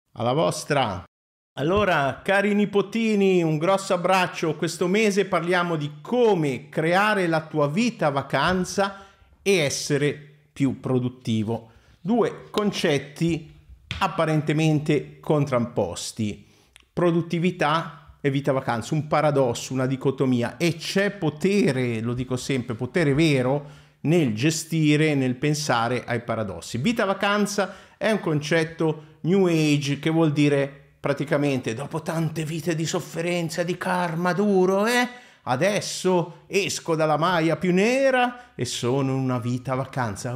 Alla vostra. Allora, cari nipotini, un grosso abbraccio. Questo mese parliamo di come creare la tua vita vacanza e essere più produttivo. Due concetti apparentemente contrapposti. Produttività e vita vacanza, un paradosso, una dicotomia. E c'è potere, lo dico sempre, potere vero nel gestire, nel pensare ai paradossi. Vita vacanza è un concetto New Age, che vuol dire praticamente dopo tante vite di sofferenza, di karma duro, adesso esco dalla maglia più nera e sono una vita vacanza.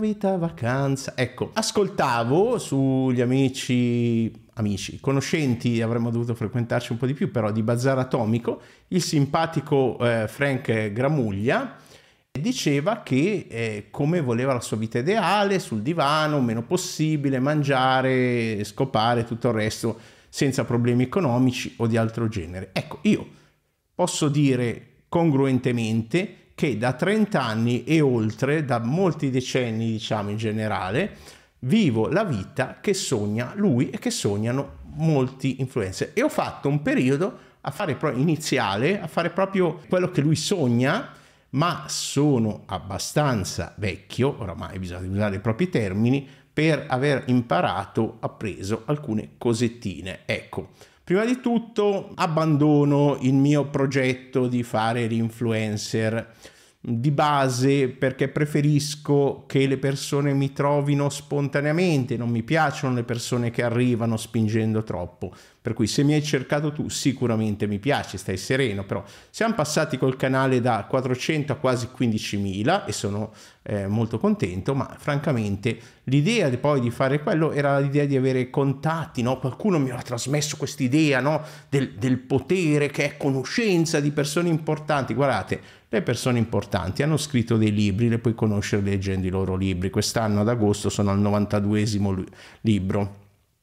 Ecco, ascoltavo sugli amici, conoscenti, avremmo dovuto frequentarci un po' di più, però di Bazar Atomico, il simpatico Frank Gramuglia, diceva che come voleva la sua vita ideale, sul divano, meno possibile, mangiare, scopare, tutto il resto, senza problemi economici o di altro genere. Ecco, io posso dire congruentemente che da 30 anni e oltre, da molti decenni diciamo in generale, vivo la vita che sogna lui e che sognano molti influencer. E ho fatto un periodo iniziale a fare proprio quello che lui sogna, ma sono abbastanza vecchio, oramai bisogna usare i propri termini, per aver appreso alcune cosettine. Ecco, prima di tutto abbandono il mio progetto di fare l'influencer di base, perché preferisco che le persone mi trovino spontaneamente, non mi piacciono le persone che arrivano spingendo troppo. Per cui se mi hai cercato tu sicuramente mi piaci, stai sereno, però siamo passati col canale da 400 a quasi 15.000 e sono molto contento, ma francamente l'idea poi di fare quello era l'idea di avere contatti, no? Qualcuno mi aveva trasmesso quest'idea, no? del potere che è conoscenza di persone importanti. Guardate, le persone importanti hanno scritto dei libri, le puoi conoscere leggendo i loro libri. Quest'anno ad agosto sono al 92esimo libro.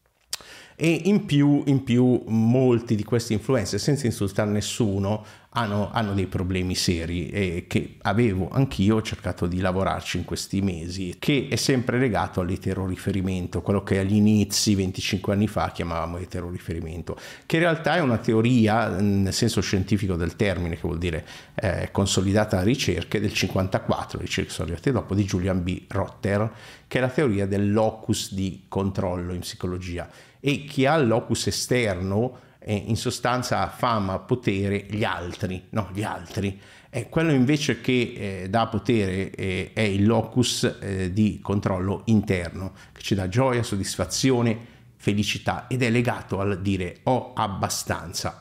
E in più molti di questi influencer, senza insultare nessuno, hanno dei problemi seri che avevo anch'io, ho cercato di lavorarci in questi mesi, che è sempre legato all'eteroriferimento, quello che agli inizi 25 anni fa chiamavamo eteroriferimento, che in realtà è una teoria nel senso scientifico del termine, che vuol dire consolidata da ricerche del 54, ricerche sono arrivate dopo, di Julian B. Rotter, che è la teoria del locus di controllo in psicologia. E chi ha il locus esterno in sostanza ha fama, potere, gli altri. Quello invece che dà potere è il locus di controllo interno, che ci dà gioia, soddisfazione, felicità, ed è legato al dire ho abbastanza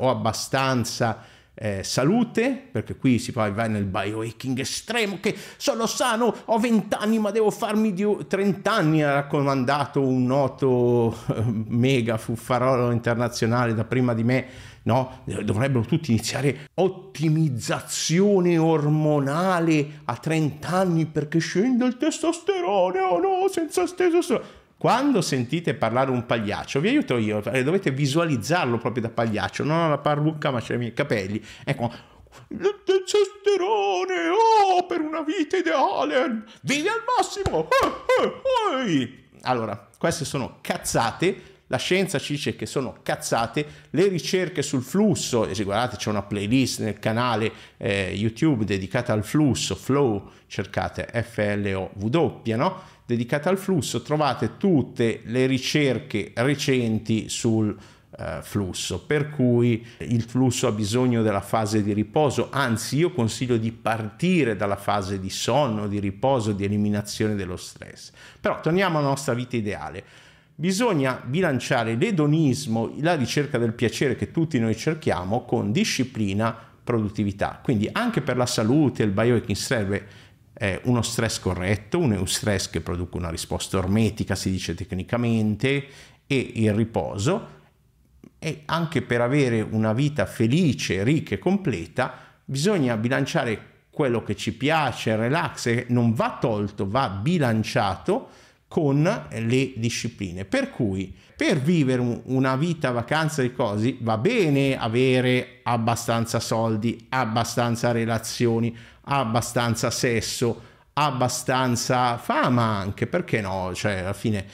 salute, perché qui si va nel biohacking estremo, che sono sano, ho 20 anni ma devo farmi 30 anni, ha raccomandato un noto mega fuffarolo internazionale da prima di me, no? Dovrebbero tutti iniziare ottimizzazione ormonale a 30 anni perché scende il testosterone, oh no, senza testosterone. Quando sentite parlare un pagliaccio, vi aiuto io, dovete visualizzarlo proprio da pagliaccio, non ho la parrucca ma c'ho i miei capelli, ecco, il testosterone, per una vita ideale, vivi al massimo, Allora, queste sono cazzate, la scienza ci dice che sono cazzate, le ricerche sul flusso, e guardate c'è una playlist nel canale YouTube dedicata al flusso, Flow, cercate FLOW, no? Dedicata al flusso, trovate tutte le ricerche recenti sul flusso, per cui il flusso ha bisogno della fase di riposo, anzi io consiglio di partire dalla fase di sonno, di riposo, di eliminazione dello stress. Però torniamo alla nostra vita ideale. Bisogna bilanciare l'edonismo, la ricerca del piacere che tutti noi cerchiamo, con disciplina, produttività. Quindi anche per la salute il biohacking serve uno stress corretto, un eustress che produca una risposta ormetica, si dice tecnicamente, e il riposo. E anche per avere una vita felice, ricca e completa bisogna bilanciare quello che ci piace, il relax, non va tolto, va bilanciato con le discipline. Per cui per vivere una vita vacanza di cose va bene avere abbastanza soldi, abbastanza relazioni, abbastanza sesso, abbastanza fama anche, perché no? Cioè alla fine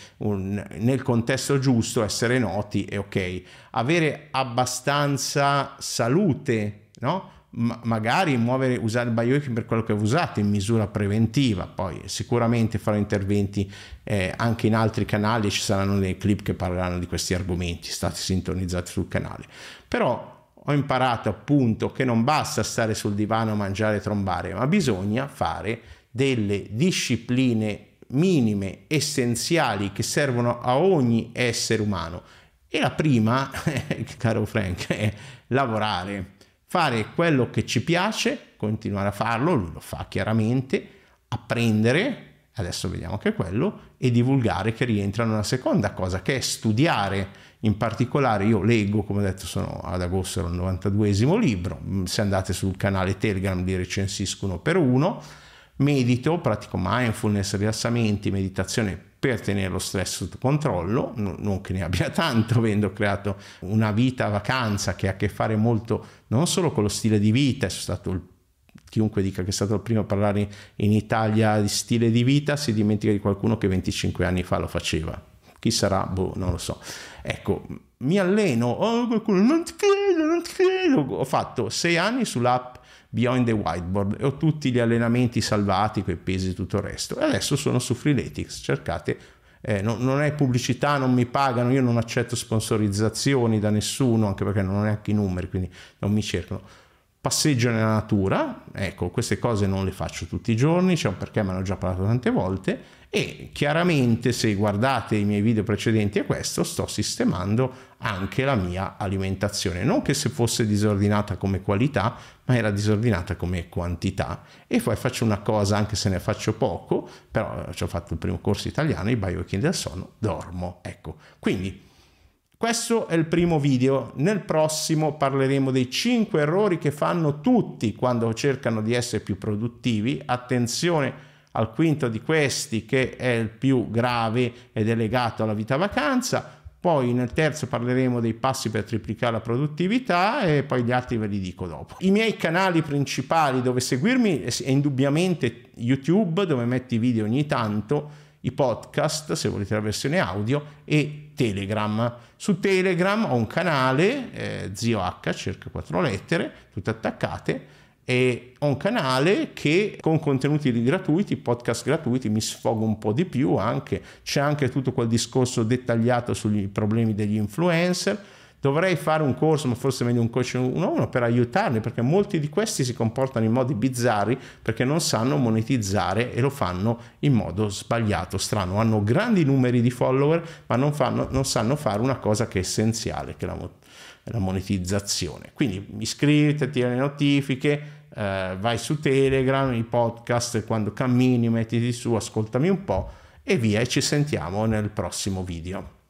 nel contesto giusto essere noti è ok, avere abbastanza salute, no? Magari usare il biohacking per quello che usate in misura preventiva. Poi sicuramente farò interventi anche in altri canali, ci saranno dei clip che parleranno di questi argomenti, state sintonizzati sul canale. Però ho imparato appunto che non basta stare sul divano, mangiare e trombare, ma bisogna fare delle discipline minime, essenziali, che servono a ogni essere umano. E la prima, caro Frank, è lavorare, fare quello che ci piace, continuare a farlo, lui lo fa chiaramente, apprendere, adesso vediamo anche quello, e divulgare, che rientra nella seconda cosa, che è studiare. In particolare io leggo, come ho detto, sono ad agosto al 92esimo libro, se andate sul canale Telegram li recensisco uno per uno, medito, pratico mindfulness, rilassamenti, meditazione per tenere lo stress sotto controllo, non che ne abbia tanto, avendo creato una vita a vacanza che ha a che fare molto non solo con lo stile di vita. Sono stato chiunque dica che è stato il primo a parlare in Italia di stile di vita si dimentica di qualcuno che 25 anni fa lo faceva. Chi sarà? Boh, non lo so. Ecco, mi alleno, non ti credo. Ho fatto 6 anni sull'app Beyond the Whiteboard e ho tutti gli allenamenti salvati, quei pesi e tutto il resto, e adesso sono su Freeletics, cercate, non è pubblicità, non mi pagano, io non accetto sponsorizzazioni da nessuno, anche perché non ho neanche i numeri, quindi non mi cercano. Passeggio nella natura, ecco, queste cose non le faccio tutti i giorni, c'è un perché, me ne ho già parlato tante volte, e chiaramente se guardate i miei video precedenti a questo, sto sistemando anche la mia alimentazione, non che se fosse disordinata come qualità, ma era disordinata come quantità. E poi faccio una cosa, anche se ne faccio poco, però ci ho fatto il primo corso italiano, il biohacking del sonno, dormo, ecco. Quindi questo è il primo video. Nel prossimo parleremo dei 5 errori che fanno tutti quando cercano di essere più produttivi. Attenzione al quinto di questi, che è il più grave ed è legato alla vita vacanza. Poi nel terzo parleremo dei passi per triplicare la produttività e poi gli altri ve li dico dopo. I miei canali principali dove seguirmi è indubbiamente YouTube, dove metto i video ogni tanto, i podcast se volete la versione audio, e Telegram. Su Telegram ho un canale, Zio H, circa 4 lettere, tutte attaccate, e ho un canale che con contenuti gratuiti, podcast gratuiti, mi sfogo un po' di più, anche c'è anche tutto quel discorso dettagliato sui problemi degli influencer. Dovrei fare un corso, ma forse meglio un coaching 1-1 per aiutarli, perché molti di questi si comportano in modi bizzarri perché non sanno monetizzare e lo fanno in modo sbagliato, strano. Hanno grandi numeri di follower, ma non sanno fare una cosa che è essenziale, che è la monetizzazione. Quindi iscriviti, attiva le notifiche, vai su Telegram, i podcast, quando cammini mettiti su, ascoltami un po' e via, e ci sentiamo nel prossimo video.